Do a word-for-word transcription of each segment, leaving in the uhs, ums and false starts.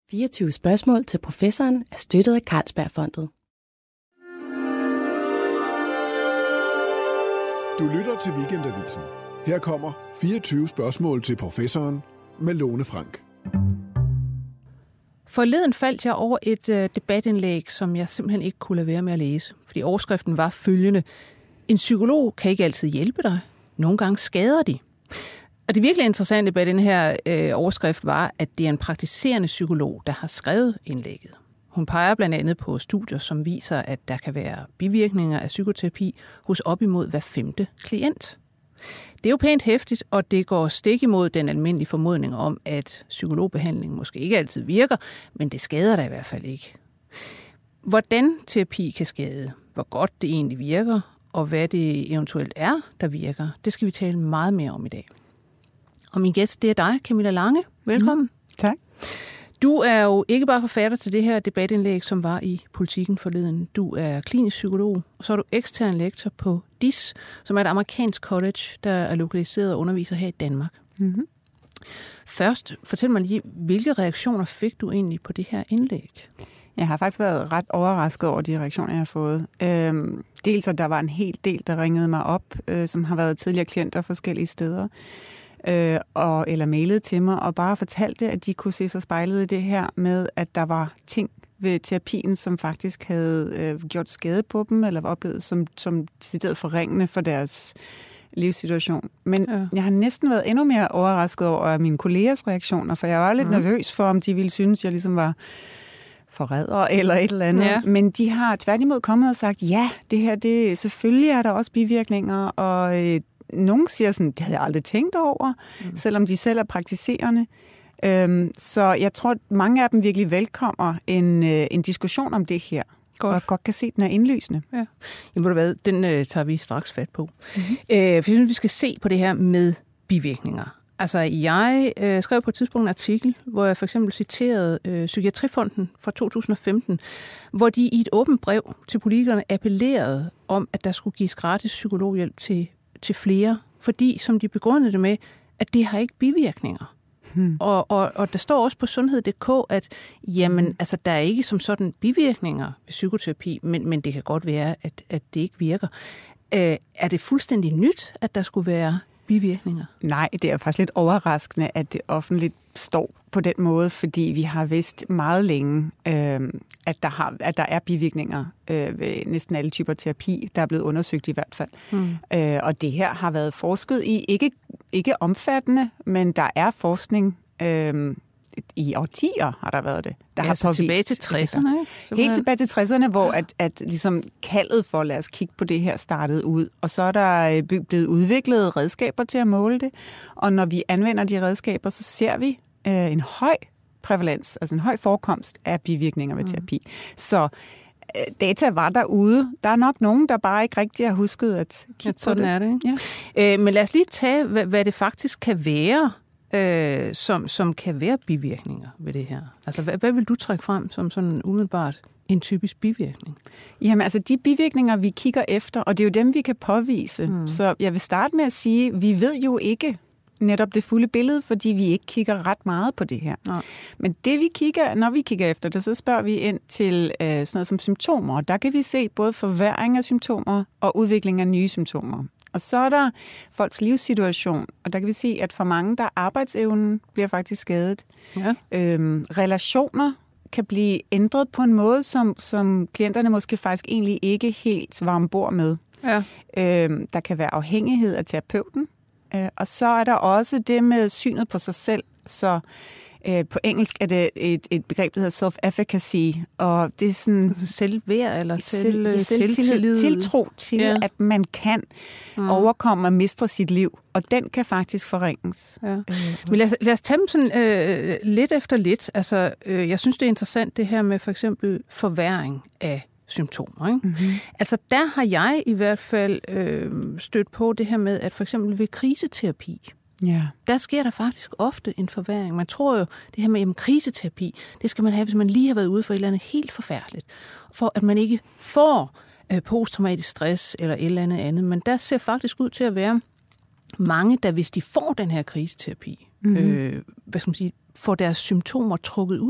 fireogtyve spørgsmål til professoren er støttet af Carlsbergfondet. Du lytter til Weekendavisen. Her kommer fireogtyve spørgsmål til professoren med Lone Frank. Forleden faldt jeg over et øh, debatindlæg, som jeg simpelthen ikke kunne lade være med at læse. Fordi overskriften var følgende: En psykolog kan ikke altid hjælpe dig. Nogle gange skader de. Og det virkelig interessante bag den her øh, overskrift var, at det er en praktiserende psykolog, der har skrevet indlægget. Hun peger blandt andet på studier, som viser, at der kan være bivirkninger af psykoterapi hos op imod hver femte klient. Det er jo pænt hæftigt, og det går stik imod den almindelige formodning om, at psykologbehandling måske ikke altid virker, men det skader da i hvert fald ikke. Hvordan terapi kan skade, hvor godt det egentlig virker, og hvad det eventuelt er, der virker, det skal vi tale meget mere om i dag. Og min gæst, det er dig, Camilla Lange. Velkommen. Mm, tak. Du er jo ikke bare forfatter til det her debatindlæg, som var i Politiken forleden. Du er klinisk psykolog, og så er du ekstern lektor på D I S, som er et amerikansk college, der er lokaliseret og underviser her i Danmark. Mm-hmm. Først, fortæl mig lige, hvilke reaktioner fik du egentlig på det her indlæg? Jeg har faktisk været ret overrasket over de reaktioner, jeg har fået. Øhm, dels, at der var en hel del, der ringede mig op, øh, som har været tidligere klienter forskellige steder, øh, og, eller mailede til mig, og bare fortalte, at de kunne se sig spejlet i det her med, at der var ting ved terapien, som faktisk havde øh, gjort skade på dem, eller var oplevet som, som decideret forringende for deres livssituation. Men ja. Jeg har næsten været endnu mere overrasket over mine kollegers reaktioner, for jeg var lidt mm. nervøs for, om de ville synes, jeg ligesom var forræder eller et eller andet. Ja. Men de har tværtimod kommet og sagt, ja, det her, det, selvfølgelig er der også bivirkninger, og øh, nogen siger sådan, det havde jeg aldrig tænkt over, mm. selvom de selv er praktiserende. Øhm, så jeg tror, at mange af dem virkelig velkommer en, øh, en diskussion om det her. Godt. Og godt kan se, at den er indlysende. Ja. Jamen, ved du hvad, den øh, tager vi straks fat på. Mm-hmm. Øh, for jeg synes, vi skal se på det her med bivirkninger. Altså, jeg øh, skrev på et tidspunkt en artikel, hvor jeg for eksempel citerede øh, Psykiatrifonden fra to tusind og femten, hvor de i et åbent brev til politikerne appellerede om, at der skulle gives gratis psykologhjælp til, til flere, fordi, som de begrundede det med, at det har ikke bivirkninger. Hmm. Og, og, og der står også på sundhed punktum d k, at jamen, hmm. altså, der er ikke som sådan bivirkninger ved psykoterapi, men, men det kan godt være, at, at det ikke virker. Øh, er det fuldstændig nyt, at der skulle være bivirkninger? Nej, det er faktisk lidt overraskende, at det offentligt står på den måde, fordi vi har vidst meget længe, øh, at, der har, at der er bivirkninger øh, ved næsten alle typer terapi, der er blevet undersøgt i hvert fald. Mm. Øh, og det her har været forsket i, ikke, ikke omfattende, men der er forskning øh, i årtier har der været det. Der ja, har påvist tilbage til tresserne, ikke? Helt tilbage til tresserne, hvor at, at ligesom kaldet for, lad os kigge på det her, startede ud. Og så er der blevet udviklet redskaber til at måle det. Og når vi anvender de redskaber, så ser vi øh, en høj prævalens, altså en høj forekomst af bivirkninger ved terapi. Mm. Så øh, data var derude. Der er nok nogen, der bare ikke rigtig har husket at kigge ja, på sådan det. er det, ikke? Ja. Øh, men lad os lige tage, hvad, hvad det faktisk kan være, Øh, som, som kan være bivirkninger ved det her. Altså, hvad, hvad vil du trække frem som sådan umiddelbart en typisk bivirkning? Jamen, altså de bivirkninger, vi kigger efter, og det er jo dem, vi kan påvise. Mm. Så jeg vil starte med at sige, at vi ved jo ikke netop det fulde billede, fordi vi ikke kigger ret meget på det her. Nej. Men det vi kigger, når vi kigger efter det, så spørger vi ind til øh, sådan noget som symptomer. Og der kan vi se både forværring af symptomer og udvikling af nye symptomer. Og så er der folks livssituation, og der kan vi se, at for mange, der arbejdsevnen bliver faktisk skadet. Ja. Øhm, relationer kan blive ændret på en måde, som, som klienterne måske faktisk egentlig ikke helt var ombord med. Ja. Øhm, der kan være afhængighed af terapeuten, øh, og så er der også det med synet på sig selv. Så øh, på engelsk er det et, et begreb, der hedder self-efficacy, og det er sådan selvværd eller selv, selv, selvtillid, tiltro til, ja. At man kan mm. overkomme og mestre sit liv, og den kan faktisk forringes. Ja. Øh, Men lad, os, lad os tage dem sådan øh, lidt efter lidt. Altså, øh, jeg synes, det er interessant det her med for eksempel forværring af symptomer. Ikke? Mm-hmm. Altså, der har jeg i hvert fald øh, stødt på det her med, at for eksempel ved kriseterapi, ja. Der sker der faktisk ofte en forværring. Man tror jo, det her med jamen, kriseterapi, det skal man have, hvis man lige har været ude for et eller andet helt forfærdeligt. For at man ikke får øh, posttraumatisk stress eller et eller andet andet. Men der ser faktisk ud til at være mange, der hvis de får den her kriseterapi, mm-hmm. øh, hvad skal man sige, får deres symptomer trukket ud.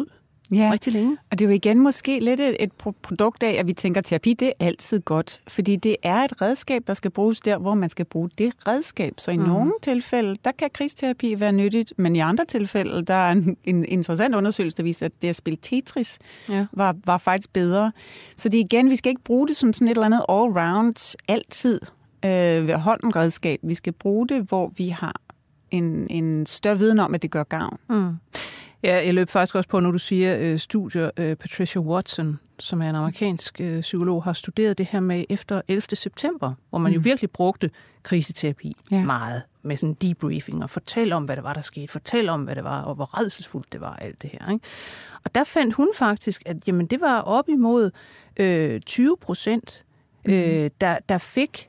ja. rigtig længe. Og det er jo igen måske lidt et, et produkt af, at vi tænker, at terapi det er altid godt. Fordi det er et redskab, der skal bruges der, hvor man skal bruge det redskab. Så i mm. nogle tilfælde, der kan krigsterapi være nyttigt, men i andre tilfælde, der er en, en interessant undersøgelse, der viser, at det at spille Tetris ja. var, var faktisk bedre. Så det igen, vi skal ikke bruge det som sådan et eller andet all-round altid øh, ved hånden redskab. Vi skal bruge det, hvor vi har en, en større viden om, at det gør gavn. Mm. Ja, jeg løb faktisk også på, når du siger øh, studier. Øh, Patricia Watson, som er en amerikansk øh, psykolog, har studeret det her med efter ellevte september, hvor man mm. jo virkelig brugte kriseterapi ja. meget med sådan en debriefing og fortælle om, hvad det var, der skete, fortælle om, hvad det var, og hvor rædselsfuldt det var, alt det her. Ikke? Og der fandt hun faktisk, at jamen, det var op imod øh, tyve procent, mm. øh, der, der fik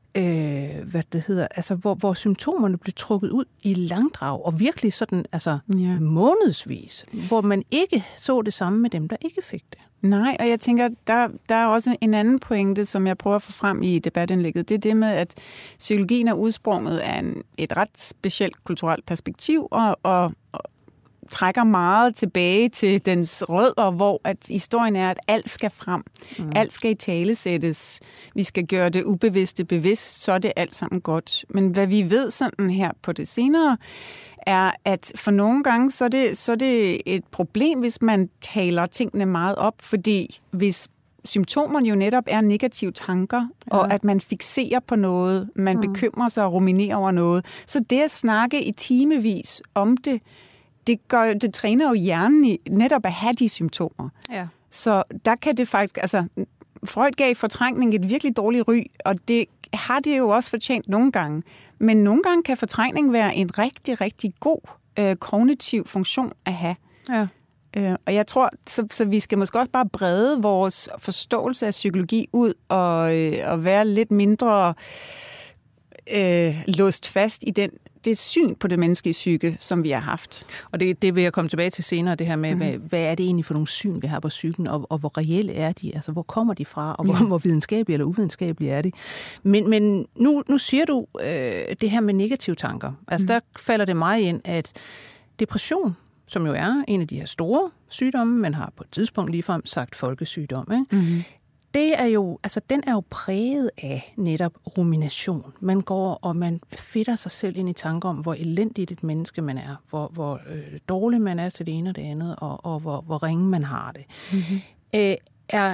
Øh, hvad det hedder, altså hvor, hvor symptomerne blev trukket ud i langdrag, og virkelig sådan, altså ja. månedsvis, hvor man ikke så det samme med dem, der ikke fik det. Nej, og jeg tænker, der, der er også en anden pointe, som jeg prøver at få frem i debatindlægget. Det er det med, at psykologien er udsprunget af en, et ret specielt kulturelt perspektiv, og, og, og trækker meget tilbage til dens rødder, hvor at historien er, at alt skal frem. Mm. Alt skal italesættes. Vi skal gøre det ubevidste bevidst, så er det alt sammen godt. Men hvad vi ved sådan her på det senere, er, at for nogle gange, så er det, så er det et problem, hvis man taler tingene meget op, fordi hvis symptomerne jo netop er negative tanker, ja. og at man fikserer på noget, man mm. bekymrer sig og ruminerer over noget, så det at snakke i timevis om det, Det, gør, det træner jo hjernen i netop at have de symptomer. Ja. Så der kan det faktisk, altså Freud gav fortrængning et virkelig dårligt ry, og det har det jo også fortjent nogle gange. Men nogle gange kan fortrængning være en rigtig, rigtig god øh, kognitiv funktion at have. Ja. Øh, og jeg tror, så, så vi skal måske også bare brede vores forståelse af psykologi ud og, øh, og være lidt mindre øh, låst fast i den det syn på det menneskelige psyke, som vi har haft. Og det, det vil jeg komme tilbage til senere, det her med, mm-hmm. hvad, hvad er det egentlig for nogle syn, vi har på psyken, og, og hvor reelle er de, altså hvor kommer de fra, og hvor, ja. hvor videnskabelige eller uvidenskabelige er de. Men, men nu, nu siger du øh, det her med negative tanker. Altså mm. der falder det meget ind, at depression, som jo er en af de her store sygdomme, man har på et tidspunkt ligefrem sagt folkesygdom, ikke? Mm-hmm. Det er jo, altså den er jo præget af netop rumination. Man går, og man fedter sig selv ind i tanker om, hvor elendigt et menneske man er, hvor, hvor øh, dårlig man er til det ene og det andet, og, og hvor, hvor ringe man har det. Mm-hmm. Æ, er,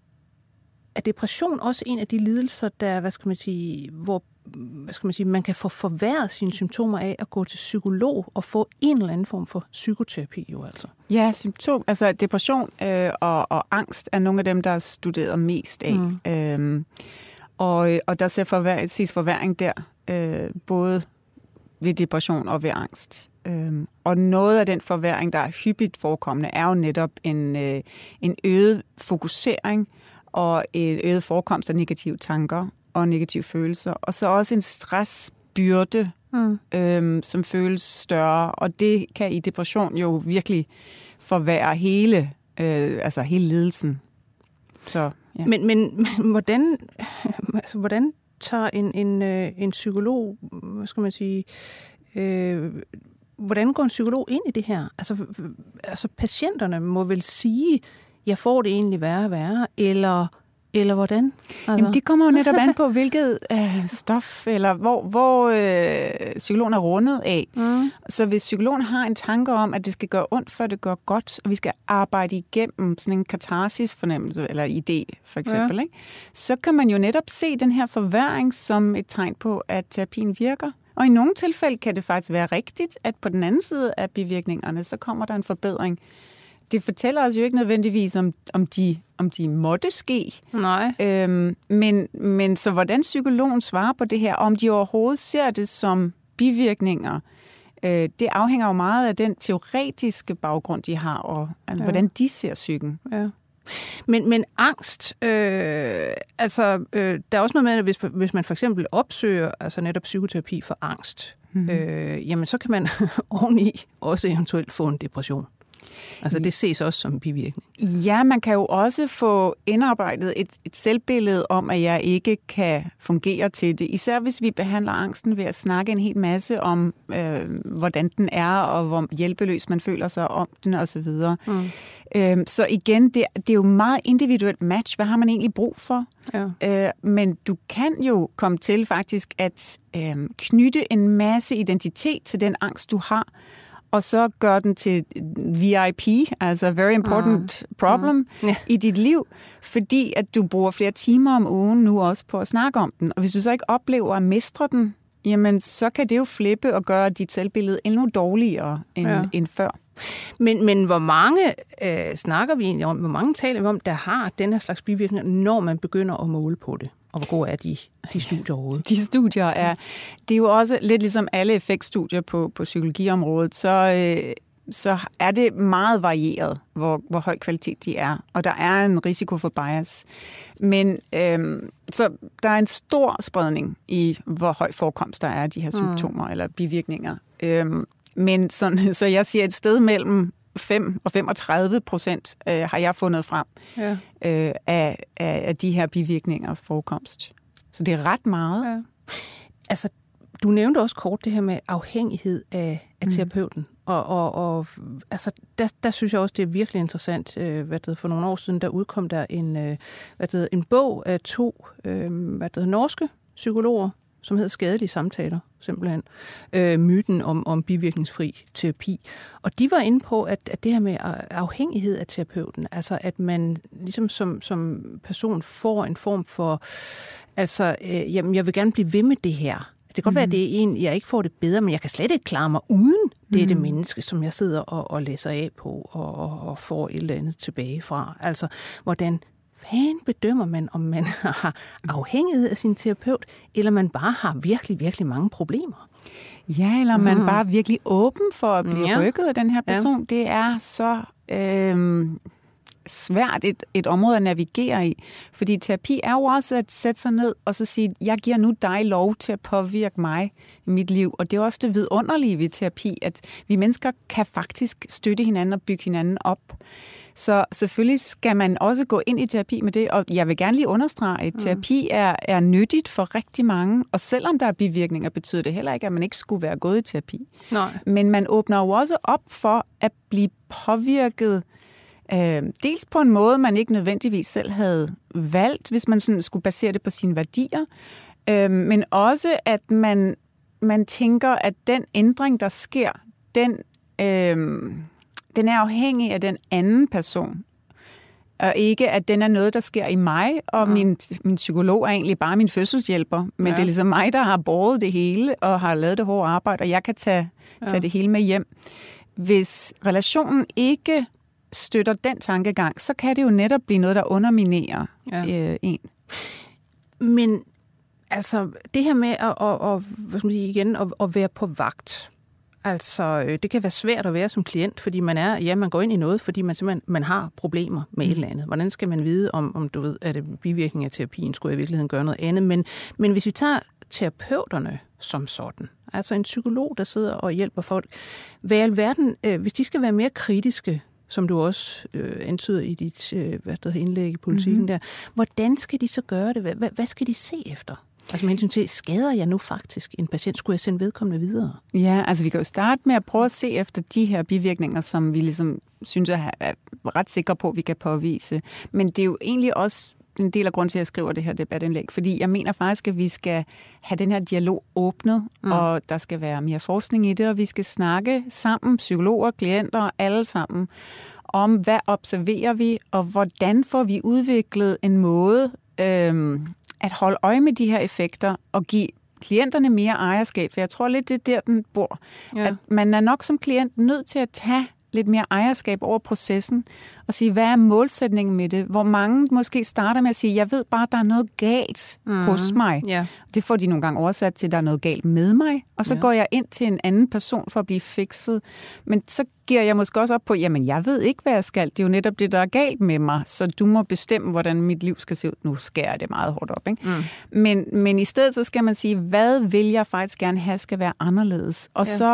er depression også en af de lidelser, der, hvad skal man sige, hvor hvad skal man sige, man kan få forværret sine symptomer af at gå til psykolog og få en eller anden form for psykoterapi jo altså? Ja, symptom, altså depression øh, og, og angst er nogle af dem, der er studeret mest af. Mm. Øhm, og, og der ser forvær- ses forværing der, øh, både ved depression og ved angst. Øhm, og noget af den forværing, der er hyppigt forekommende, er jo netop en, øh, en øget fokusering og en øget forekomst af negative tanker og negative følelser, og så også en stressbyrde, mm. øhm, som føles større, og det kan i depression jo virkelig forværre hele, øh, altså hele lidelsen. Så, ja. Men, men hvordan, altså, hvordan tager en, en, en psykolog, hvad skal man sige, øh, hvordan går en psykolog ind i det her? Altså, altså patienterne må vel sige, jeg får det egentlig værre og værre, eller Eller hvordan? Altså. Jamen, det kommer jo netop an på, hvilket øh, stof, eller hvor, hvor øh, psykologen er rundet af. Mm. Så hvis psykologen har en tanke om, at det skal gøre ondt, før det gør godt, og vi skal arbejde igennem sådan en katarsis-fornemmelse, eller idé for eksempel, ja. ikke? Så kan man jo netop se den her forværring som et tegn på, at terapien virker. Og i nogle tilfælde kan det faktisk være rigtigt, at på den anden side af bivirkningerne, så kommer der en forbedring. Det fortæller os jo ikke nødvendigvis, om, om, de, om de måtte ske. Nej. Øhm, men, men så hvordan psykologen svarer på det her, om de overhovedet ser det som bivirkninger, øh, det afhænger jo meget af den teoretiske baggrund, de har, og altså, ja. hvordan de ser psyken. Ja. Men, men angst, øh, altså øh, der er også noget med, at hvis, hvis man for eksempel opsøger altså netop psykoterapi for angst, mm-hmm. øh, jamen så kan man oveni også eventuelt få en depression. Altså det ses også som en bivirkning. Ja, man kan jo også få indarbejdet et, et selvbillede om, at jeg ikke kan fungere til det. Især hvis vi behandler angsten ved at snakke en hel masse om, øh, hvordan den er, og hvor hjælpeløs man føler sig om den osv. Mm. Øh, så igen, det, det er jo meget individuelt match. Hvad har man egentlig brug for? Ja. Øh, men du kan jo komme til faktisk at øh, knytte en masse identitet til den angst, du har, og så gør den til V I P, altså very important mm. problem mm. Yeah. i dit liv, fordi at du bruger flere timer om ugen nu også på at snakke om den. Og hvis du så ikke oplever at mestre den, jamen så kan det jo flippe og gøre dit selvbillede endnu dårligere end, ja. end før. Men, men hvor mange øh, snakker vi egentlig om, hvor mange taler vi om, der har den her slags bivirkninger, når man begynder at måle på det? Og hvor gode er de, de studier overhovedet? De studier er, det er jo også lidt ligesom alle effektstudier på, på psykologiområdet, så, øh, så er det meget varieret, hvor, hvor høj kvalitet de er. Og der er en risiko for bias. Men øh, så der er en stor spredning i, hvor høj forekomst der er af de her symptomer mm. eller bivirkninger. Øh, men sådan, så jeg siger et sted mellem fem og femogtredive procent øh, har jeg fundet frem ja. øh, af, af de her bivirkningers forekomst. Så det er ret meget. Ja. Altså, du nævnte også kort det her med afhængighed af, af mm. terapeuten. Og, og, og altså, der, der synes jeg også, det er virkelig interessant. Øh, hvad det, for nogle år siden, der udkom der en, øh, hvad det, en bog af to øh, hvad det, norske psykologer, som hedder Skadelige samtaler, simpelthen. Øh, myten om, om bivirkningsfri terapi. Og de var inde på, at, at det her med afhængighed af terapeuten, altså at man ligesom som, som person får en form for, altså, øh, jamen, jeg vil gerne blive ved med det her. Det kan godt mm. være, at det er en, jeg ikke får det bedre, men jeg kan slet ikke klare mig uden det mm. det menneske, som jeg sidder og, og læser af på og, og, og får et eller andet tilbage fra. Altså, hvordan fanden bedømmer man, om man har afhængighed af sin terapeut, eller man bare har virkelig, virkelig mange problemer? Ja, eller man mm. bare er virkelig åben for at blive ja. rykket af den her person. Ja. Det er så øh, svært et, et område at navigere i. Fordi terapi er jo også at sætte sig ned og så sige, jeg giver nu dig lov til at påvirke mig i mit liv. Og det er også det vidunderlige ved terapi, at vi mennesker kan faktisk støtte hinanden og bygge hinanden op. Så selvfølgelig skal man også gå ind i terapi med det, og jeg vil gerne lige understrege, at terapi er, er nyttigt for rigtig mange, og selvom der er bivirkninger, betyder det heller ikke, at man ikke skulle være gået i terapi. Nej. Men man åbner jo også op for at blive påvirket, øh, dels på en måde, man ikke nødvendigvis selv havde valgt, hvis man sådan skulle basere det på sine værdier, øh, men også, at man, man tænker, at den ændring, der sker, den... Øh, Den er afhængig af den anden person, og ikke at den er noget, der sker i mig, og mm. min, min psykolog er egentlig bare min fødselshjælper, men ja. det er ligesom mig, der har båret det hele, og har lavet det hårde arbejde, og jeg kan tage, tage ja. det hele med hjem. Hvis relationen ikke støtter den tankegang, så kan det jo netop blive noget, der underminerer ja. øh, en. Men altså, det her med at, at, at, hvad skal man sige, igen, at, at være på vagt. Altså, det kan være svært at være som klient, fordi man er, ja, man går ind i noget, fordi man simpelthen man har problemer med mm. et eller andet. Hvordan skal man vide, om, om du ved, at det bivirkning af terapien skulle i virkeligheden gøre noget andet? Men, men hvis vi tager terapeuterne som sådan, altså en psykolog, der sidder og hjælper folk, hvad i alverden, øh, hvis de skal være mere kritiske, som du også øh, antyder i dit øh, hvad der indlæg i politikken mm-hmm. der, hvordan skal de så gøre det? Hvad, hvad skal de se efter? Altså med hensyn til, skader jeg nu faktisk en patient? Skulle jeg sende vedkommende videre? Ja, altså vi kan jo starte med at prøve at se efter de her bivirkninger, som vi ligesom synes er ret sikre på, at vi kan påvise. Men det er jo egentlig også en del af grunden til, at jeg skriver det her debatindlæg, fordi jeg mener faktisk, at vi skal have den her dialog åbnet, mm. og der skal være mere forskning i det, og vi skal snakke sammen, psykologer, klienter, alle sammen, om hvad observerer vi, og hvordan får vi udviklet en måde øhm, at holde øje med de her effekter og give klienterne mere ejerskab, for jeg tror lidt, det er der, den bor. Ja. At man er nok som klient nødt til at tage lidt mere ejerskab over processen og sige, hvad er målsætningen med det? Hvor mange måske starter med at sige, jeg ved bare, at der er noget galt mm. hos mig. Yeah. Det får de nogle gange oversat til, at der er noget galt med mig, og så yeah. går jeg ind til en anden person for at blive fikset. Men så giver jeg måske også op på, jamen jeg ved ikke, hvad jeg skal. Det er jo netop det, der er galt med mig, så du må bestemme, hvordan mit liv skal se ud. Nu skærer jeg det meget hårdt op, ikke? Mm. Men, men i stedet så skal man sige, hvad vil jeg faktisk gerne have skal være anderledes? Og yeah. så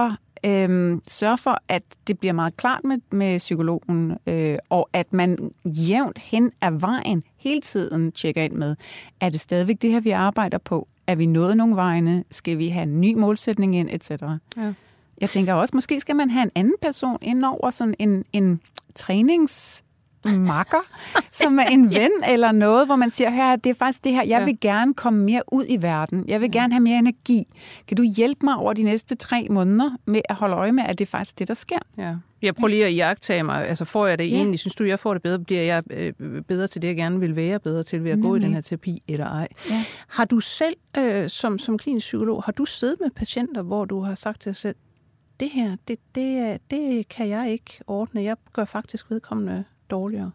Øhm, sørg for, at det bliver meget klart med, med psykologen, øh, og at man jævnt hen ad vejen hele tiden tjekker ind med, er det stadigvæk det her, vi arbejder på? Er vi nået nogle vegne? Skal vi have en ny målsætning ind, et cetera? Ja. Jeg tænker også, måske skal man have en anden person ind over sådan en, en trænings... makker, som er en ven eller noget, hvor man siger, her, det er faktisk det her, jeg vil gerne komme mere ud i verden. Jeg vil gerne have mere energi. Kan du hjælpe mig over de næste tre måneder med at holde øje med, at det er faktisk det, der sker? Ja. Jeg prøver lige at iagttage mig. Altså, får jeg det ja. egentlig? Synes du, jeg får det bedre? Bliver jeg øh, bedre til det, jeg gerne vil være bedre til ved at gå i den her terapi, eller ej? Ja. Har du selv, øh, som, som klinisk psykolog, har du siddet med patienter, hvor du har sagt til dig selv, det her, det, det, det kan jeg ikke ordne. Jeg gør faktisk vedkommende dårligere?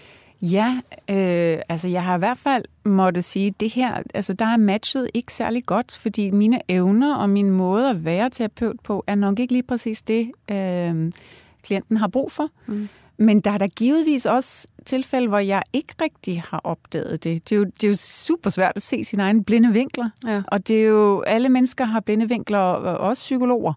Ja, øh, altså jeg har i hvert fald måttet sige, det her, altså der er matchet ikke særlig godt, fordi mine evner og min måde at være terapeut på, er nok ikke lige præcis det, øh, klienten har brug for. Mm. Men der er der givetvis også tilfælde, hvor jeg ikke rigtig har opdaget det. Det er jo, det er jo super svært at se sine egne blinde vinkler. Ja. Og det er jo, alle mennesker har blinde vinkler, og også psykologer.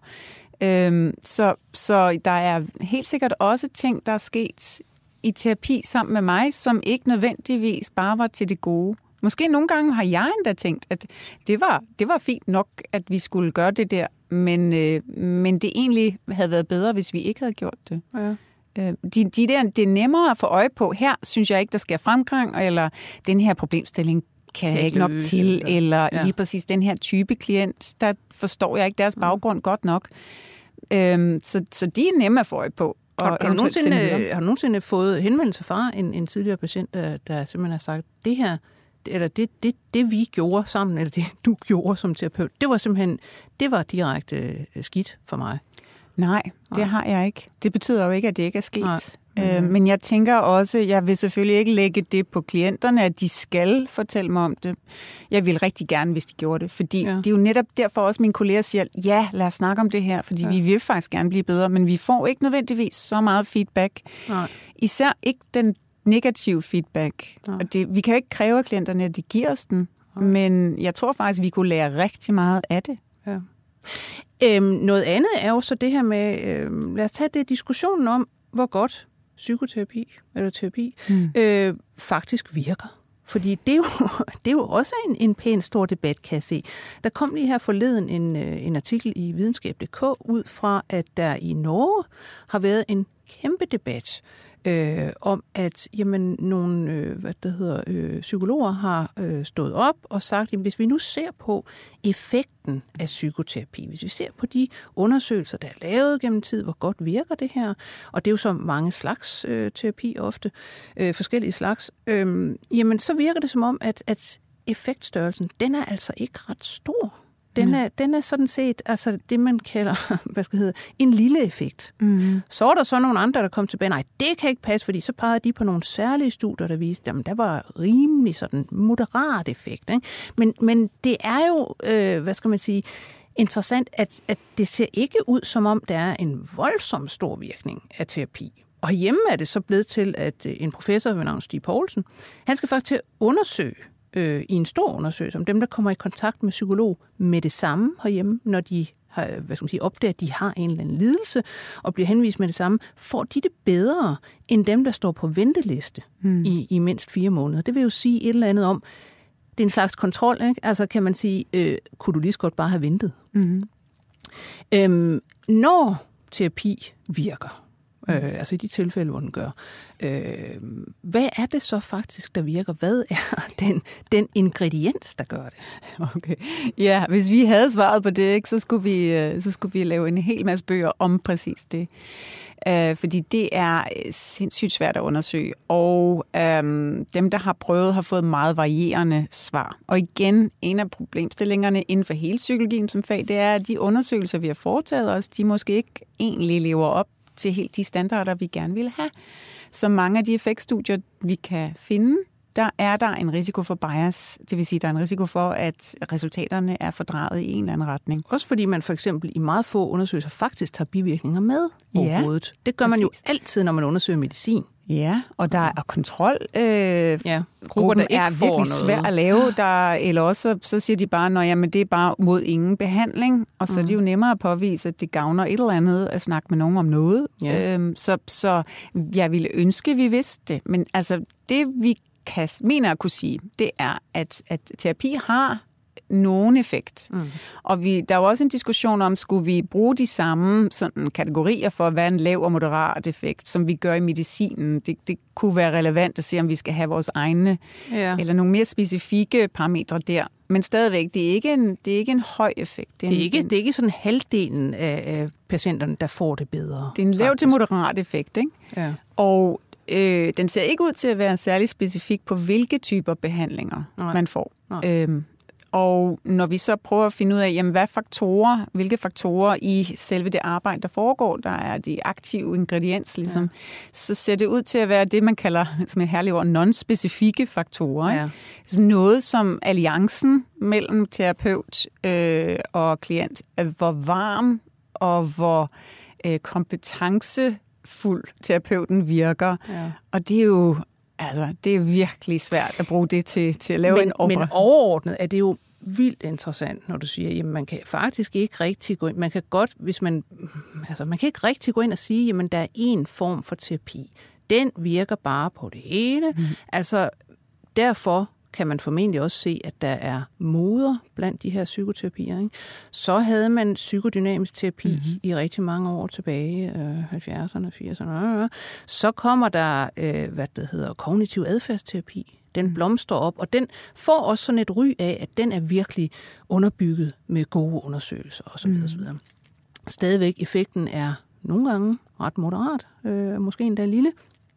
Øh, så, så der er helt sikkert også ting, der er sket i terapi sammen med mig, som ikke nødvendigvis bare var til det gode. Måske nogle gange har jeg endda tænkt, at det var, det var fint nok, at vi skulle gøre det der, men, øh, men det egentlig havde været bedre, hvis vi ikke havde gjort det. Ja. Øh, de, de der, det er nemmere at få øje på. Her synes jeg ikke, der sker fremgang, eller den her problemstilling kan jeg ikke nok til, eller, eller ja. lige præcis den her type klient, der forstår jeg ikke deres baggrund mm. godt nok. Øh, så, så de er nemme at få øje på. Har, har, du nogensinde, har du nogensinde fået henvendelse fra en, en tidligere patient, der, der simpelthen har sagt, det her, eller det, det, det vi gjorde sammen, eller det du gjorde som terapeut, det var simpelthen, det var direkte skidt for mig? Nej, det Nej. har jeg ikke. Det betyder jo ikke, at det ikke er sket. Mm-hmm. Øh, men jeg tænker også, jeg vil selvfølgelig ikke lægge det på klienterne, at de skal fortælle mig om det. Jeg vil rigtig gerne, hvis de gjorde det. Fordi ja. det er jo netop derfor også mine kolleger siger, ja, lad os snakke om det her, fordi ja. vi vil faktisk gerne blive bedre, men vi får ikke nødvendigvis så meget feedback. Nej. Især ikke den negative feedback. Og det, vi kan jo ikke kræve af klienterne, at de giver os den, Nej. men jeg tror faktisk, vi kunne lære rigtig meget af det. Ja. Øhm, noget andet er jo så det her med, øhm, lad os tage det diskussionen om, hvor godt psykoterapi eller terapi mm. øh, faktisk virker. Fordi det er jo, det er jo også en, en pæn stor debat, kan jeg se. Der kom lige her forleden en, en artikel i videnskab punktum d k ud fra, at der i Norge har været en kæmpe debat øh, om, at jamen, nogle øh, hvad det hedder, øh, psykologer har øh, stået op og sagt, jamen, hvis vi nu ser på effekten af psykoterapi, hvis vi ser på de undersøgelser, der er lavet gennem tid, hvor godt virker det her, og det er jo så mange slags øh, terapi ofte, øh, forskellige slags, øh, jamen så virker det som om, at, at effektstørrelsen, den er altså ikke ret stor. Den er, mm. den er sådan set altså det, man kalder hvad skal det hedde, en lille effekt. Mm. Så er der så nogle andre, der kom tilbage. Nej, det kan ikke passe, fordi så pegede de på nogle særlige studier, der viste, at der var rimelig sådan moderat effekt. Ikke? Men, men det er jo, øh, hvad skal man sige, interessant, at, at det ser ikke ud, som om der er en voldsom stor virkning af terapi. Og hjemme er det så blevet til, at en professor ved navn Stig Poulsen, han skal faktisk til at undersøge øh, i en stor undersøgelse om dem, der kommer i kontakt med psykolog med det samme herhjemme, når de har, hvad skal man sige, opdager, at de har en eller anden lidelse og bliver henvist med det samme, får de det bedre end dem, der står på venteliste hmm. i, i mindst fire måneder. Det vil jo sige et eller andet om, det er en slags kontrol, ikke? Altså kan man sige, øh, kunne du lige så godt bare have ventet? Mm-hmm. Øhm, når terapi virker, øh, altså i de tilfælde, hvor den gør, øh, hvad er det så faktisk, der virker? Hvad er den, den ingrediens, der gør det? Okay. Ja, hvis vi havde svaret på det, ikke, så, skulle vi, så skulle vi lave en hel masse bøger om præcis det. Uh, fordi det er sindssygt svært at undersøge, og um, dem, der har prøvet, har fået meget varierende svar. Og igen, en af problemstillingerne inden for hele psykologien som fag, det er, at de undersøgelser, vi har foretaget os, de måske ikke egentlig lever op til helt de standarder, vi gerne vil have. Så mange af de effektstudier, vi kan finde, der er der en risiko for bias. Det vil sige, der er en risiko for, at resultaterne er fordraget i en eller anden retning. Også fordi man for eksempel i meget få undersøgelser faktisk tager bivirkninger med overhovedet. Ja, det gør man præcis. Jo altid, når man undersøger medicin. Ja, og der er kontrol. Øh, ja, grupper, der ikke er får virkelig noget. svært at lave. Der, eller også så siger de bare, at jamen, det er bare mod ingen behandling, og så mm. er det jo nemmere at påvise, at det gavner et eller andet at snakke med nogen om noget. Ja. Øhm, så, så jeg ville ønske, at vi vidste det. Men altså, det vi kan, mener at kunne sige, det er, at, at terapi har nogen effekt. Mm. Og vi, der er jo også en diskussion om, skulle vi bruge de samme sådan, kategorier for, hvad en lav og moderat effekt, som vi gør i medicinen. Det, det kunne være relevant at se, om vi skal have vores egne, ja. eller nogle mere specifikke parametre der. Men stadigvæk, det er ikke en, det er ikke en høj effekt. Det er, det er, ikke, det er ikke sådan halvdelen af, af patienterne, der får det bedre. Det er en lav til moderat effekt, ikke? Ja. Og øh, den ser ikke ud til at være særlig specifik på, hvilke typer behandlinger Nej. man får. Øhm, Og når vi så prøver at finde ud af, jamen, hvad faktorer, hvilke faktorer i selve det arbejde, der foregår, der er de aktive ingredienser, ligesom, ja. så ser det ud til at være det, man kalder, som et herligt ord, non-specifikke faktorer. Ja. Så noget som alliancen mellem terapeut øh, og klient, hvor varm og hvor øh, kompetencefuld terapeuten virker. Ja. Og det er jo Altså, det er virkelig svært at bruge det til, til at lave men, en opera. Men overordnet er det jo vildt interessant, når du siger, jamen man kan faktisk ikke rigtig gå ind. Man kan godt, hvis man, altså man kan ikke rigtig gå ind og sige, jamen der er en form for terapi. Den virker bare på det hele. Mm. Altså, derfor kan man formentlig også se, at der er moder blandt de her psykoterapier. Ikke? Så havde man psykodynamisk terapi mm-hmm. i rigtig mange år tilbage, øh, halvfjerdserne, firserne. Øh. Så kommer der, øh, hvad det hedder, kognitiv adfærdsterapi. Den mm. blomstrer op, og den får også sådan et ry af, at den er virkelig underbygget med gode undersøgelser osv. Mm. osv. Stadigvæk effekten er nogle gange ret moderat, øh, måske endda lille.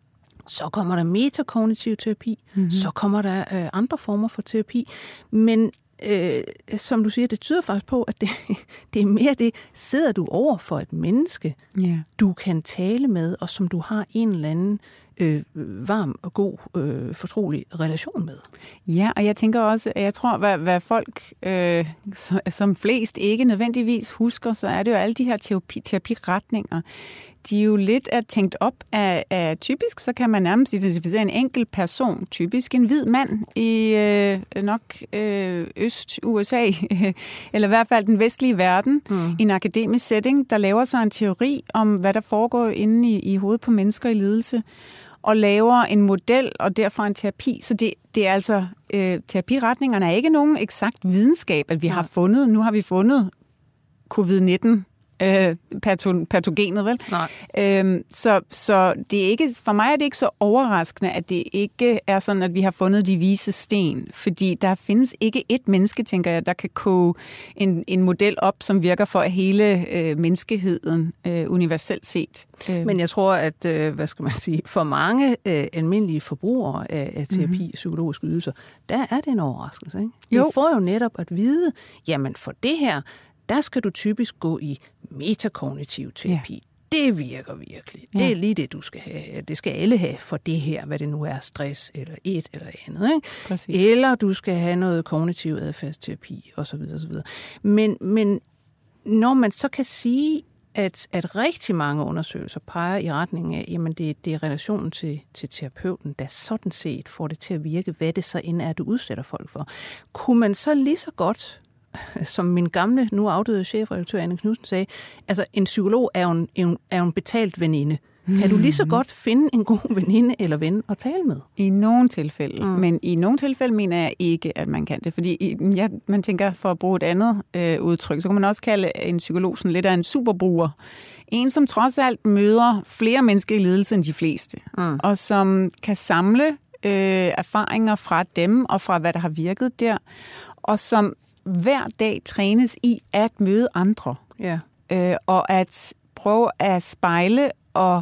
Så kommer der metakognitiv terapi, mm-hmm. så kommer der øh, andre former for terapi. Men øh, som du siger, det tyder faktisk på, at det, det er mere det, sidder du over for et menneske, yeah. du kan tale med, og som du har en eller anden øh, varm og god, øh, fortrolig relation med. Ja, og jeg tænker også, at jeg tror, hvad, hvad folk øh, som flest ikke nødvendigvis husker, så er det jo alle de her terapi, terapiretninger. De er jo lidt er tænkt op af, af typisk, så kan man nærmest identificere en enkelt person, typisk en hvid mand i øh, nok øh, Øst-U S A, eller i hvert fald den vestlige verden, mm. i en akademisk setting, der laver sig en teori om, hvad der foregår inde i, i hovedet på mennesker i lidelse, og laver en model, og derfra en terapi. Så det, det er altså, øh, terapiretningerne er ikke nogen eksakt videnskab, at vi ja. har fundet, nu har vi fundet covid nitten, Øh, patogenet, vel? Nej. Øhm, så så det er ikke, for mig er det ikke så overraskende, at det ikke er sådan, at vi har fundet de vise sten, fordi der findes ikke et menneske, tænker jeg, der kan koge en, en model op, som virker for hele øh, menneskeheden øh, universelt set. Men jeg tror, at, øh, hvad skal man sige, for mange øh, almindelige forbrugere af, af terapi og mm-hmm. psykologiske ydelser, der er det en overraskelse, ikke? Jo. Vi får jo netop at vide, jamen for det her, der skal du typisk gå i metakognitiv terapi. Ja. Det virker virkelig. Ja. Det er lige det, du skal have. Det skal alle have for det her, hvad det nu er, stress eller et eller andet. Ikke? Præcis. Eller du skal have noget kognitiv adfærdsterapi osv. osv. Men, men når man så kan sige, at, at rigtig mange undersøgelser peger i retning af, jamen det, det er relationen til, til terapeuten, der sådan set får det til at virke, hvad det så end er, du udsætter folk for. Kunne man så lige så godt, som min gamle, nu afdøde chefredaktør Anne Knudsen sagde, altså en psykolog er jo en, en, er jo en betalt veninde. Kan du lige så godt finde en god veninde eller ven at tale med? I nogle tilfælde, mm. men i nogle tilfælde mener jeg ikke, at man kan det. Fordi ja, man tænker, for at bruge et andet øh, udtryk, så kan man også kalde en psykolog sådan lidt af en superbruger. En, som trods alt møder flere mennesker i lidelse end de fleste, mm. og som kan samle øh, erfaringer fra dem og fra, hvad der har virket der, og som hver dag trænes i at møde andre. Ja. Øh, og at prøve at spejle og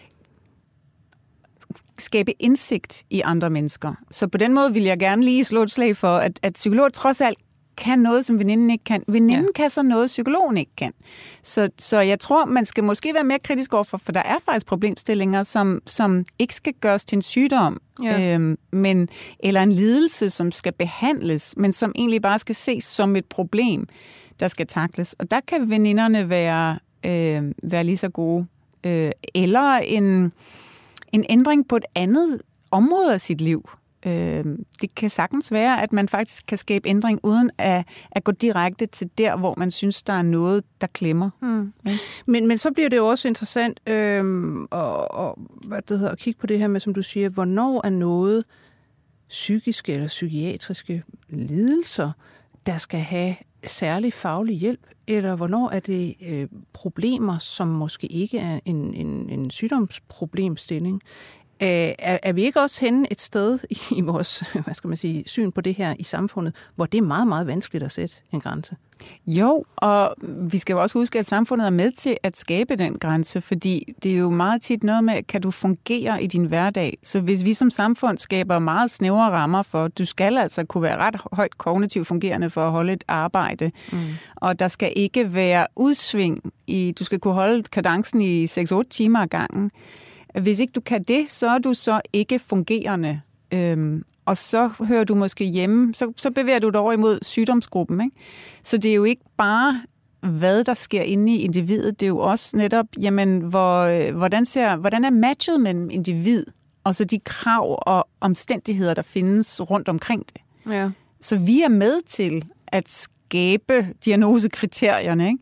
skabe indsigt i andre mennesker. Så på den måde vil jeg gerne lige slå et slag for, at, at psykologer trods alt kan noget, som veninden ikke kan. Veninden ja. kan så noget, psykologen ikke kan. Så, så jeg tror, man skal måske være mere kritisk overfor, for der er faktisk problemstillinger, som, som ikke skal gøres til en sygdom, ja. øhm, men, eller en lidelse, som skal behandles, men som egentlig bare skal ses som et problem, der skal takles. Og der kan veninderne være, øh, være lige så gode. Øh, eller en... en ændring på et andet område af sit liv. Øh, det kan sagtens være, at man faktisk kan skabe ændring uden at, at gå direkte til der, hvor man synes, der er noget, der klemmer. Mm. Ja. Men, men så bliver det jo også interessant øh, og, og, hvad det hedder, at kigge på det her med, som du siger, hvornår er noget psykiske eller psykiatriske lidelser, der skal have særlig faglig hjælp, eller hvornår er det øh, problemer, som måske ikke er en, en, en sygdomsproblemstilling. Er, er vi ikke også henne et sted i, i vores, hvad skal man sige, syn på det her i samfundet, hvor det er meget, meget vanskeligt at sætte en grænse? Jo, og vi skal jo også huske, at samfundet er med til at skabe den grænse, fordi det er jo meget tit noget med, kan du fungere i din hverdag? Så hvis vi som samfund skaber meget snævre rammer for, du skal altså kunne være ret højt kognitivt fungerende for at holde et arbejde, mm. og der skal ikke være udsving i, du skal kunne holde kadencen i seks otte timer ad gangen. Hvis ikke du kan det, så er du så ikke fungerende. Øhm, og så hører du måske hjemme, så, så bevæger du dig over imod sygdomsgruppen. Ikke? Så det er jo ikke bare, hvad der sker inde i individet. Det er jo også netop, jamen, hvor, hvordan, ser, hvordan er matchet mellem individ, og så de krav og omstændigheder, der findes rundt omkring det. Ja. Så vi er med til at skabe diagnosekriterierne, ikke?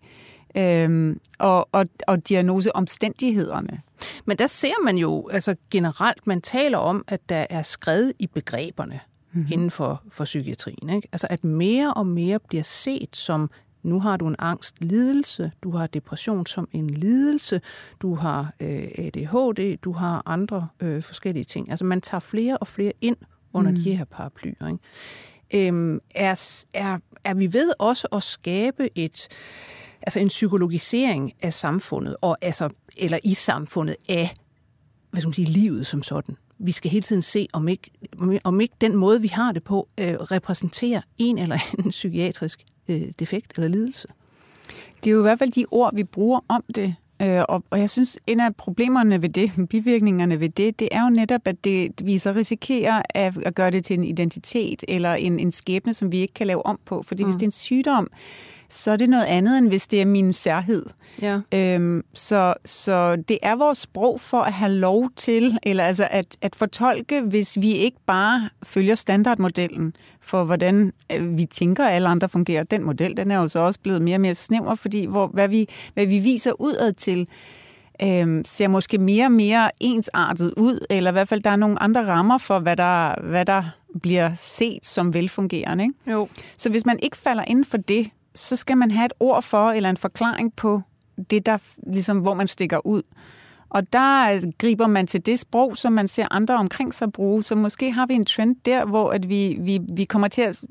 Øhm, og, og, og diagnoseomstændighederne. Men der ser man jo altså generelt, man taler om, at der er skred i begreberne mm-hmm. inden for, for psykiatrien. Ikke? Altså at mere og mere bliver set som, nu har du en angstlidelse, du har depression som en lidelse, du har øh, A D H D, du har andre øh, forskellige ting. Altså man tager flere og flere ind under mm. de her paraplyer. Ikke? Øhm, er, er, er vi ved også at skabe et... altså en psykologisering af samfundet, og altså, eller i samfundet af, hvad skal man sige, livet som sådan. Vi skal hele tiden se, om ikke, om ikke den måde, vi har det på, øh, repræsenterer en eller anden psykiatrisk øh, defekt eller lidelse. Det er jo i hvert fald de ord, vi bruger om det. Øh, og, og jeg synes, en af problemerne ved det, bivirkningerne ved det, det er jo netop, at det, vi så risikerer at, at gøre det til en identitet eller en, en skæbne, som vi ikke kan lave om på. Fordi mm. hvis det er en sygdom, så er det noget andet, end hvis det er min særhed. Ja. Øhm, så, så det er vores sprog for at have lov til, eller altså at, at fortolke, hvis vi ikke bare følger standardmodellen for, hvordan vi tænker, at alle andre fungerer. Den model, den er jo så også blevet mere og mere snæver, fordi hvor, hvad, vi, hvad vi viser udad til, øhm, ser måske mere og mere ensartet ud, eller i hvert fald der er nogle andre rammer for, hvad der, hvad der bliver set som velfungerende. Ikke? Jo. Så hvis man ikke falder inden for det, så skal man have et ord for, eller en forklaring på det, der, ligesom, hvor man stikker ud. Og der griber man til det sprog, som man ser andre omkring sig bruge. Så måske har vi en trend der, hvor at vi, vi, vi kommer til at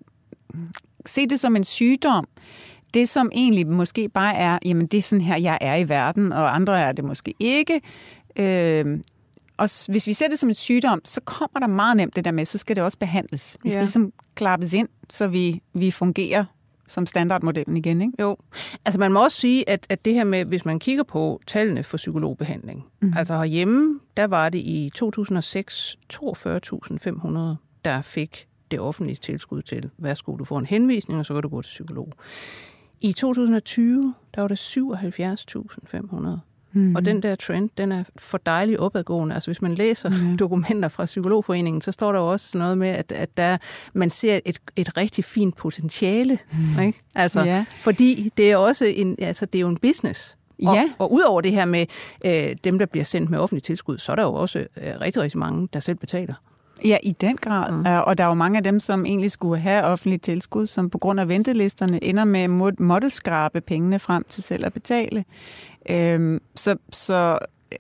se det som en sygdom. Det, som egentlig måske bare er, jamen det er sådan her, jeg er i verden, og andre er det måske ikke. Øh, og hvis vi ser det som en sygdom, så kommer der meget nemt det der med, så skal det også behandles. Vi skal ja. ligesom klappes ind, så vi, vi fungerer som standardmodellen igen, ikke? Jo. Altså man må også sige, at, at det her med, hvis man kigger på tallene for psykologbehandling, mm-hmm. altså herhjemme, der var det i to tusind og seks toogfyrre tusind fem hundrede, der fik det offentlige tilskud til, værsgo, du får en henvisning, og så kan du gå til psykolog. I to tusind og tyve, der var det syvoghalvfjerds tusind fem hundrede. Mm-hmm. Og den der trend, den er for dejligt opadgående. Altså hvis man læser mm-hmm. dokumenter fra Psykologforeningen, så står der jo også noget med, at, at der, man ser et, et rigtig fint potentiale. Mm. Ikke? Altså, yeah. Fordi det er også en, altså, det er jo en business. Og, yeah. og udover det her med øh, dem, der bliver sendt med offentlig tilskud, så er der jo også øh, rigtig, rigtig mange, der selv betaler. Ja, i den grad. Mm. Og der er jo mange af dem, som egentlig skulle have offentligt tilskud, som på grund af ventelisterne ender med at måtte skrabe pengene frem til selv at betale. Øhm, så, så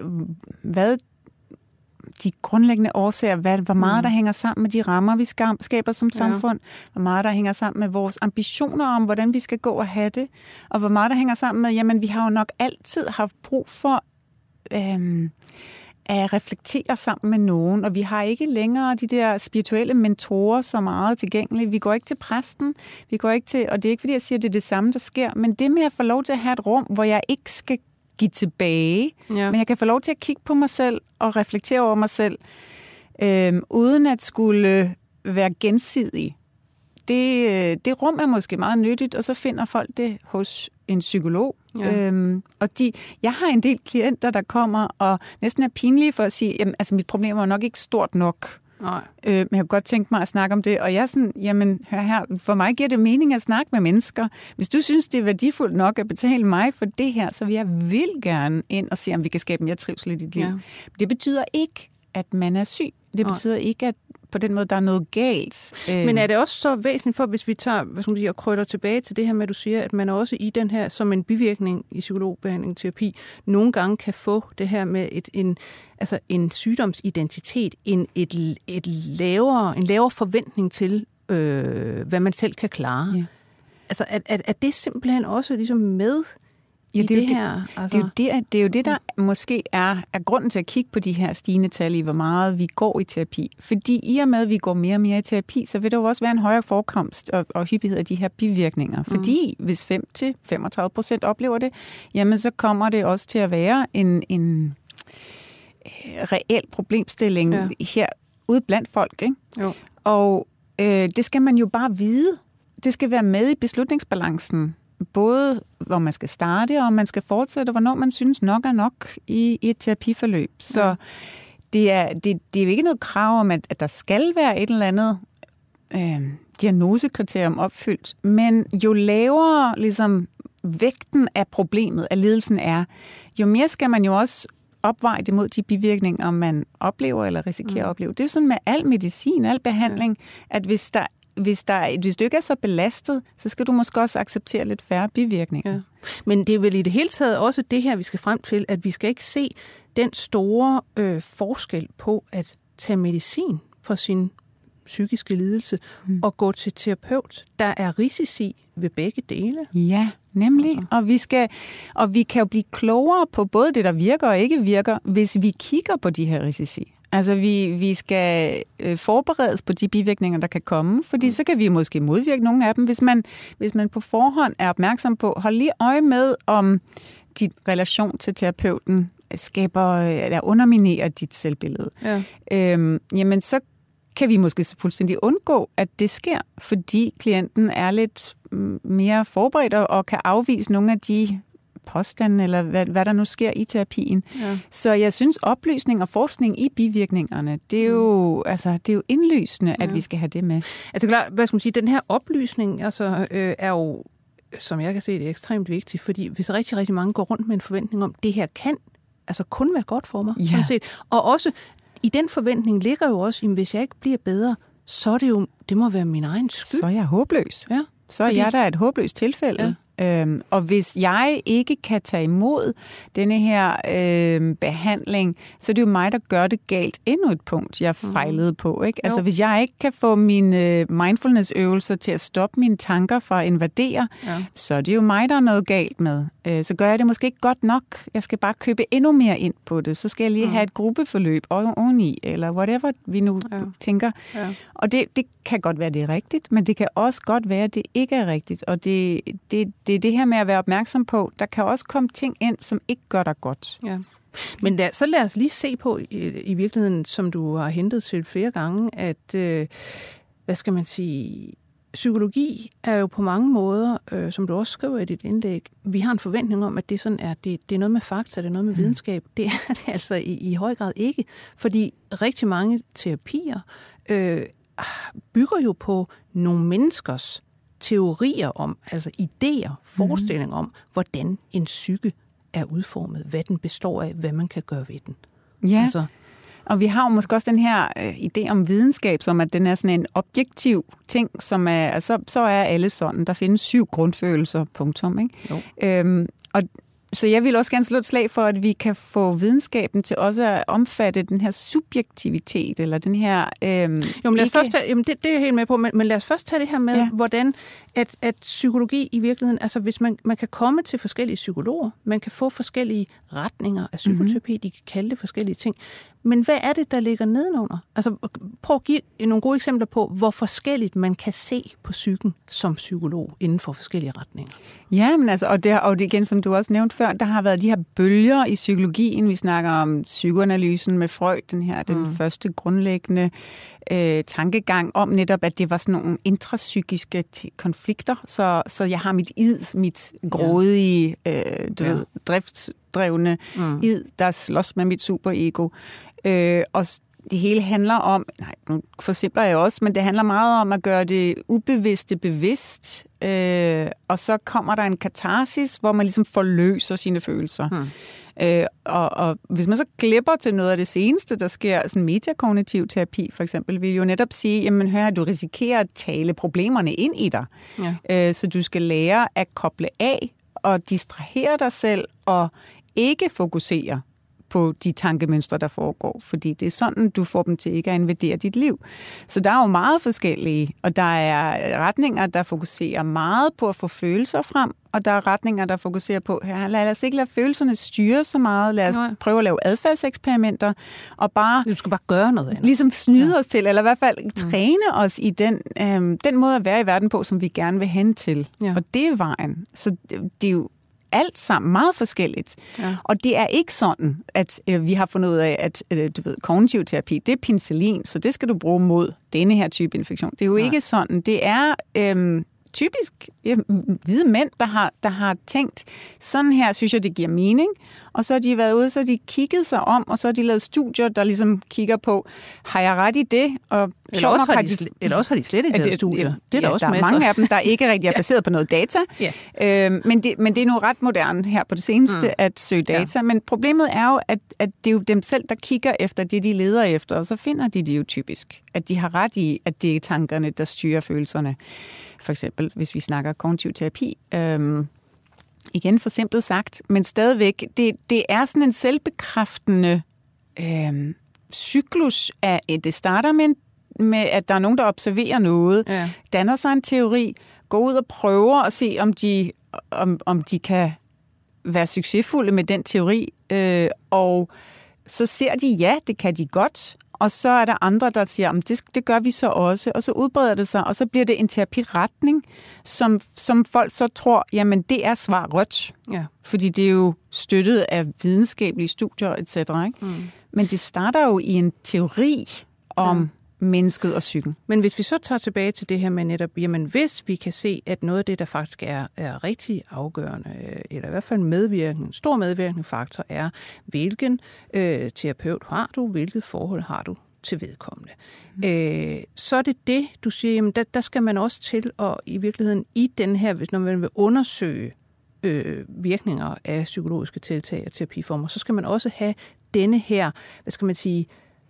hvad de grundlæggende årsager, hvad, hvor meget mm. der hænger sammen med de rammer, vi skaber som samfund, ja. Hvor meget der hænger sammen med vores ambitioner om, hvordan vi skal gå og have det, og hvor meget der hænger sammen med, jamen vi har jo nok altid haft brug for øhm, at reflektere sammen med nogen, og vi har ikke længere de der spirituelle mentorer så meget tilgængelige. Vi går ikke til præsten, vi går ikke til, og det er ikke fordi, jeg siger, at det er det samme, der sker, men det med at få lov til at have et rum, hvor jeg ikke skal give tilbage, ja. Men jeg kan få lov til at kigge på mig selv og reflektere over mig selv, øh, uden at skulle være gensidig. det, det rum er måske meget nyttigt, og så finder folk det hos en psykolog. Ja. Øhm, og de, jeg har en del klienter, der kommer og næsten er pinlige for at sige, jamen, altså mit problem er nok ikke stort nok. Nej. Øh, men jeg kunne godt tænke mig at snakke om det, og jeg er sådan, jamen hør her, for mig giver det mening at snakke med mennesker. Hvis du synes, det er værdifuldt nok at betale mig for det her, så vil jeg vil gerne ind og se, om vi kan skabe mere trivsel i dit liv. Ja. Det betyder ikke, at man er syg. Det betyder Nej. ikke, at på den måde, der er noget galt. Men er det også så væsentligt for, hvis vi tager, hvad skal man sige, og krydder tilbage til det her med, at du siger, at man også i den her, som en bivirkning i psykologbehandling, terapi, nogle gange kan få det her med et, en, altså en sygdomsidentitet, en, et, et lavere, en lavere forventning til, øh, hvad man selv kan klare. Ja. Altså, er, er, er det simpelthen også ligesom med Ja, det, er det, det, her, altså. det, er jo det, det er jo det, der måske er, er grunden til at kigge på de her stigende tal i, hvor meget vi går i terapi. Fordi i og med, at vi går mere og mere i terapi, så vil der jo også være en højere forekomst og, og hyppighed af de her bivirkninger. Fordi mm. hvis fem til femogtredive procent oplever det, jamen så kommer det også til at være en, en reel problemstilling ja. her ude blandt folk. Ikke? Jo. Og øh, det skal man jo bare vide. Det skal være med i beslutningsbalancen. Både hvor man skal starte, og man skal fortsætte, og hvornår man synes nok er nok i, i et terapiforløb. Så ja. det, er, det, det er jo ikke noget krav om, at, at der skal være et eller andet øh, diagnosekriterium opfyldt, men jo lavere ligesom, vægten af problemet, af lidelsen er, jo mere skal man jo også opveje det mod de bivirkninger, man oplever eller risikerer mm. at opleve. Det er jo sådan med al medicin, al behandling, ja. at hvis der Hvis, der, hvis du ikke er så belastet, så skal du måske også acceptere lidt færre bivirkninger. Ja. Men det er vel i det hele taget også det her, vi skal frem til, at vi skal ikke se den store øh, forskel på at tage medicin for sin psykiske lidelse mm. og gå til terapeut. Der er risici ved begge dele. Ja, nemlig. Altså. Og, vi skal, og vi kan jo blive klogere på både det, der virker og ikke virker, hvis vi kigger på de her risici. Altså, vi, vi skal øh, forberedes på de bivirkninger, der kan komme, fordi mm. så kan vi måske modvirke nogle af dem, hvis man, hvis man på forhånd er opmærksom på, hold lige øje med, om din relation til terapeuten skaber eller underminerer dit selvbillede. Ja. Øhm, jamen, så kan vi måske fuldstændig undgå, at det sker, fordi klienten er lidt mere forberedt og kan afvise nogle af de påstanden, eller hvad, hvad der nu sker i terapien. Ja. Så jeg synes, oplysning og forskning i bivirkningerne, det er jo, mm. altså, det er jo indlysende, at ja. vi skal have det med. Altså klart, hvad skal man sige, den her oplysning altså, øh, er jo, som jeg kan se, det er ekstremt vigtigt, fordi hvis rigtig, rigtig mange går rundt med en forventning om, det her kan altså kun være godt for mig, ja. sådan set. Og også i den forventning ligger jo også, at hvis jeg ikke bliver bedre, så er det jo, det må være min egen skyld. Så er jeg håbløs. Ja. Så er fordi... jeg der et håbløst tilfælde. Ja. Øhm, og hvis jeg ikke kan tage imod denne her øhm, behandling, så er det jo mig, der gør det galt endnu et punkt, jeg fejlede på. Ikke? Altså, hvis jeg ikke kan få mine mindfulness-øvelser til at stoppe mine tanker fra at invadere, ja. så er det jo mig, der er noget galt med. Øh, så gør jeg det måske ikke godt nok. Jeg skal bare købe endnu mere ind på det. Så skal jeg lige ja. have et gruppeforløb oveni, eller whatever vi nu ja. tænker. Ja. Og det, det kan godt være, det er rigtigt, men det kan også godt være, det ikke er rigtigt. Og det, det, det er det her med at være opmærksom på, der kan også komme ting ind, som ikke gør dig godt. Ja. Men lad, så lad os lige se på, i, i virkeligheden, som du har hentet til flere gange, at, øh, hvad skal man sige, psykologi er jo på mange måder, øh, som du også skriver i dit indlæg, vi har en forventning om, at det sådan er, det, det er noget med fakta, det er noget med videnskab. Det er det altså i, i høj grad ikke, fordi rigtig mange terapier øh, bygger jo på nogle menneskers teorier om, altså idéer, forestillinger om, hvordan en psyke er udformet, hvad den består af, hvad man kan gøre ved den. Ja, altså, og vi har jo måske også den her øh, idé om videnskab, som at den er sådan en objektiv ting, som er, altså, så er alle sådan. Der findes syv grundfølelser, punktum, ikke? Øhm, og så jeg vil også gerne slå et slag for, at vi kan få videnskaben til også at omfatte den her subjektivitet, eller den her... Øhm, jo, men lad os ikke... først tage, jamen det, det er jeg helt med på, men, men lad os først tage det her med, ja. hvordan at, at psykologi i virkeligheden, altså hvis man, man kan komme til forskellige psykologer, man kan få forskellige retninger af psykoterapi, mm-hmm. de kan kalde det forskellige ting, men hvad er det, der ligger nedenunder? Altså prøv at give nogle gode eksempler på, hvor forskelligt man kan se på psyken som psykolog inden for forskellige retninger. Ja, men altså, og det, og det igen, som du også nævnte før, før, der har været de her bølger i psykologien. Vi snakker om psykoanalysen med Freud, den her, den mm. første grundlæggende øh, tankegang om netop, at det var sådan nogle intrapsykiske t- konflikter. Så, så jeg har mit id, mit grådige, øh, du ja. ved, driftsdrevne mm. id, der slås med mit superego. Øh, og det hele handler om, nej, nu forsimpler jeg også, men det handler meget om at gøre det ubevidste bevidst, øh, og så kommer der en katarsis, hvor man ligesom forløser sine følelser. Hmm. Øh, og, og hvis man så glipper til noget af det seneste, der sker, sådan metakognitiv terapi for eksempel, vil jo netop sige, jamen hør, du risikerer at tale problemerne ind i dig. Ja. Øh, så du skal lære at koble af og distrahere dig selv og ikke fokusere på de tankemønstre, der foregår, fordi det er sådan, du får dem til ikke at invadere dit liv. Så der er jo meget forskellige, og der er retninger, der fokuserer meget på at få følelser frem, og der er retninger, der fokuserer på, ja, lad os ikke lade følelserne styre så meget, lad os Nej. prøve at lave adfærdseksperimenter, og bare... Du skal bare gøre noget andet. Ligesom snyde ja. os til, eller i hvert fald træne mm. os i den, øhm, den måde at være i verden på, som vi gerne vil hen til. Ja. Og det er vejen. Så det er jo alt sammen meget forskelligt. Ja. Og det er ikke sådan, at øh, vi har fundet ud af, at øh, du ved, kognitiv terapi, det er penicillin, så det skal du bruge mod denne her type infektion. Det er jo Nej. ikke sådan. Det er øh, typisk ja, hvide mænd, der har, der har tænkt, sådan her synes jeg, det giver mening. Og så har de været ude, så har de kigget sig om, og så har de lavet studier, der ligesom kigger på, har jeg ret i det? Og eller, også har de, de, eller også har de slet ikke lavet studier. Det er ja, der også der er masser. mange af dem, der ikke rigtig er baseret på noget data. Ja. Øhm, men, det, men det er nu ret moderne her på det seneste mm. at søge data. Ja. Men problemet er jo, at, at det er jo dem selv, der kigger efter det, de leder efter, og så finder de det jo typisk. At de har ret i, at det er tankerne, der styrer følelserne. For eksempel, hvis vi snakker kognitiv terapi. Øhm, igen forsimplet sagt, men stadigvæk, det, det er sådan en selvbekræftende øhm, cyklus af, det starter med, med, at der er nogen, der observerer noget, ja. danner sig en teori, går ud og prøver at se, om de, om, om de kan være succesfulde med den teori, øh, og så ser de, ja, det kan de godt, og så er der andre, der siger, at det, det gør vi så også, og så udbreder det sig, og så bliver det en terapiretning, som, som folk så tror, jamen det er svar rødt. Ja. Fordi det er jo støttet af videnskabelige studier, et cetera. Ikke? Mm. Men det starter jo i en teori om ja. mennesket og psyken. Men hvis vi så tager tilbage til det her med netop, jamen hvis vi kan se, at noget af det, der faktisk er, er rigtig afgørende, eller i hvert fald medvirkende, en stor medvirkende faktor, er, hvilken øh, terapeut har du, hvilket forhold har du til vedkommende. Mm. Øh, så er det det, du siger, jamen der, der skal man også til, og i virkeligheden i den her, når man vil undersøge øh, virkninger af psykologiske tiltag og terapiformer, så skal man også have denne her, hvad skal man sige,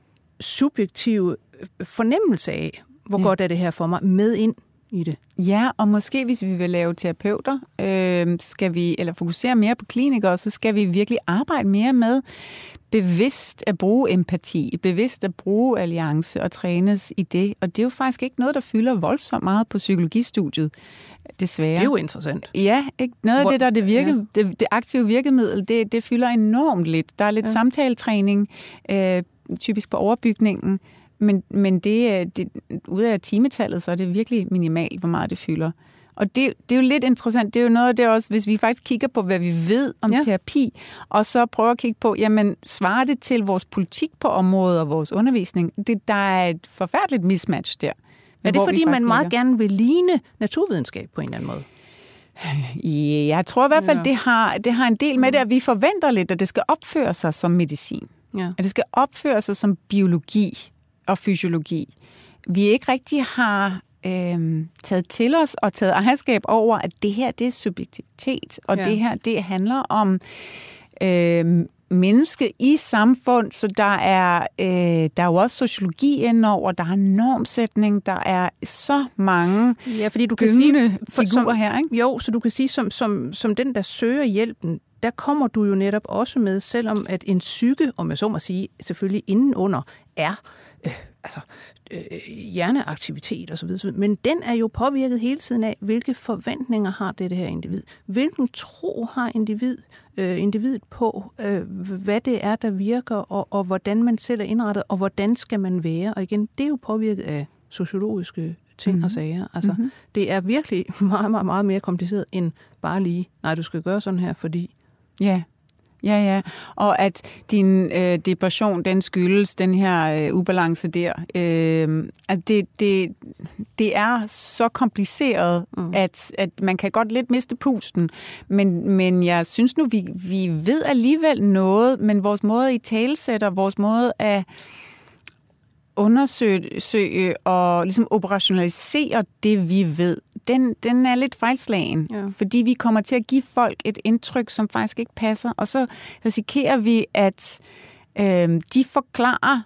subjektive fornemmelse af, hvor ja. godt er det her for mig, med ind i det. Ja, og måske hvis vi vil lave terapeuter, øh, skal vi, eller fokusere mere på klinikere, så skal vi virkelig arbejde mere med bevidst at bruge empati, bevidst at bruge alliance og trænes i det. Og det er jo faktisk ikke noget, der fylder voldsomt meget på psykologistudiet, desværre. Det er jo interessant. Ja, ikke? Noget af det, der er det, virke, ja. det, det aktive virkemiddel, det, det fylder enormt lidt. Der er lidt ja. samtaletræning, øh, typisk på overbygningen, men, men det, det, ud af timetallet, så er det virkelig minimalt, hvor meget det fylder. Og det, det er jo lidt interessant. Det er jo noget af det også, hvis vi faktisk kigger på, hvad vi ved om ja. terapi, og så prøver at kigge på, jamen, svarer det til vores politik på området og vores undervisning? Det, der er et forfærdeligt mismatch der. Er det, fordi man meget ligger. gerne vil ligne naturvidenskab på en eller anden måde? Ja, jeg tror i hvert fald, ja. det, har, det har en del med det, at vi forventer lidt, at det skal opføre sig som medicin. Ja. At det skal opføre sig som biologi og fysiologi. Vi ikke rigtig har øh, taget til os og taget ejerskab over, at det her, det er subjektivitet, og ja. det her, det handler om øh, mennesket i samfund, så der er, øh, der er jo også sociologi indover, der er normsætning, der er så mange ja, fordi du kan sige, figurer som, her, ikke? Jo, så du kan sige, som, som, som den, der søger hjælpen, der kommer du jo netop også med, selvom at en psyke, om jeg så må sige, selvfølgelig indenunder er øh, altså, øh, hjerneaktivitet osv., men den er jo påvirket hele tiden af, hvilke forventninger har det, det her individ. Hvilken tro har individ, øh, individet på, øh, hvad det er, der virker, og, og hvordan man selv er indrettet, og hvordan skal man være. Og igen, det er jo påvirket af sociologiske ting mm-hmm. og sager. Altså, mm-hmm. det er virkelig meget, meget, meget mere kompliceret end bare lige, nej, du skal gøre sådan her, fordi Ja, ja, ja. Og at din øh, depression, den skyldes den her øh, ubalance der. Øh, at det, det, det er så kompliceret, mm. at, at man kan godt lidt miste pusten. Men, men jeg synes nu, vi, vi ved alligevel noget, men vores måde i talesætter, vores måde at undersøge og ligesom operationalisere det, vi ved, den, den er lidt fejlslagen. Ja. Fordi vi kommer til at give folk et indtryk, som faktisk ikke passer. Og så risikerer vi, at øh, de forklarer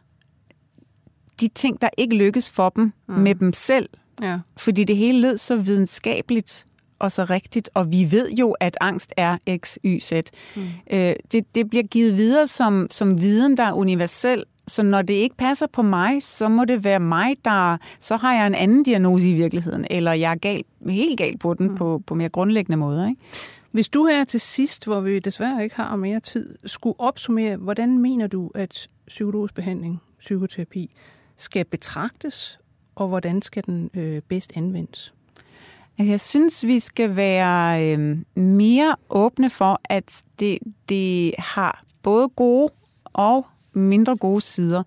de ting, der ikke lykkes for dem, mm. med dem selv. Ja. Fordi det hele lød så videnskabeligt og så rigtigt. Og vi ved jo, at angst er X, Y, Z. Mm. Øh, det, det bliver givet videre som, som viden, der er universel. Så når det ikke passer på mig, så må det være mig, der... Så har jeg en anden diagnose i virkeligheden, eller jeg er gal, helt gal på den mm. på, på mere grundlæggende måder. Ikke? Hvis du her til sidst, hvor vi desværre ikke har mere tid, skulle opsummere, hvordan mener du, at psykologisk behandling, psykoterapi, skal betragtes, og hvordan skal den øh, bedst anvendes? Altså, jeg synes, vi skal være øh, mere åbne for, at det, det har både gode og mindre gode sider.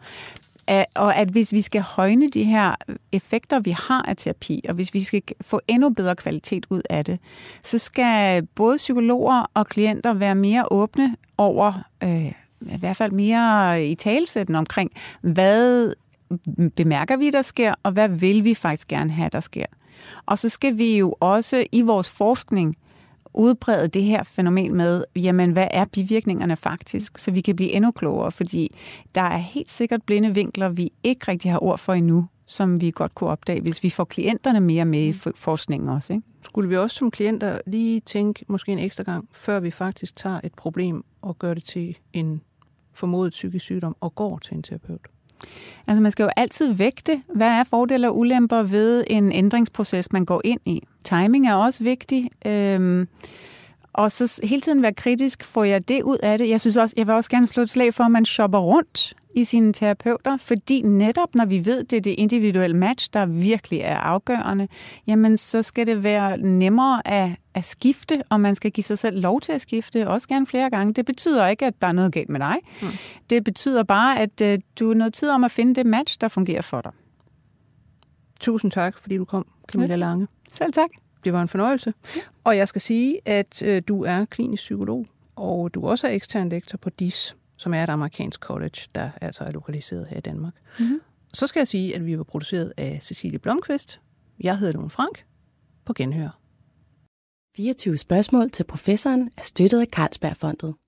Og at hvis vi skal højne de her effekter, vi har af terapi, og hvis vi skal få endnu bedre kvalitet ud af det, så skal både psykologer og klienter være mere åbne over, øh, i hvert fald mere i talesætten omkring, hvad bemærker vi, der sker, og hvad vil vi faktisk gerne have, der sker. Og så skal vi jo også i vores forskning udbrede det her fænomen med, jamen, hvad er bivirkningerne faktisk, så vi kan blive endnu klogere, fordi der er helt sikkert blinde vinkler, vi ikke rigtig har ord for endnu, som vi godt kunne opdage, hvis vi får klienterne mere med i forskningen også. Ikke? Skulle vi også som klienter lige tænke måske en ekstra gang, før vi faktisk tager et problem og gør det til en formodet psykisk sygdom og går til en terapeut? Altså, man skal jo altid vægte, hvad er fordele og ulemper ved en ændringsproces, man går ind i. Timing er også vigtig. Øhm, og så hele tiden være kritisk, får jeg det ud af det? Jeg synes også, jeg vil også gerne slå et slag for, at man shopper rundt i sine terapeuter, fordi netop når vi ved, det er det individuelle match, der virkelig er afgørende, jamen så skal det være nemmere at, at skifte, og man skal give sig selv lov til at skifte, også gerne flere gange. Det betyder ikke, at der er noget galt med dig. Mm. Det betyder bare, at uh, du er noget tid om at finde det match, der fungerer for dig. Tusind tak, fordi du kom, Camilla Lange. Selv tak. Det var en fornøjelse. Ja. Og jeg skal sige, at øh, du er klinisk psykolog, og du også er ekstern lektor på D I S, som er et amerikansk college, der altså er lokaliseret her i Danmark. Mm-hmm. Så skal jeg sige, at vi var produceret af Cecilie Blomqvist. Jeg hedder Lone Frank. På genhør. fireogtyve spørgsmål til professoren er støttet af Carlsbergfondet.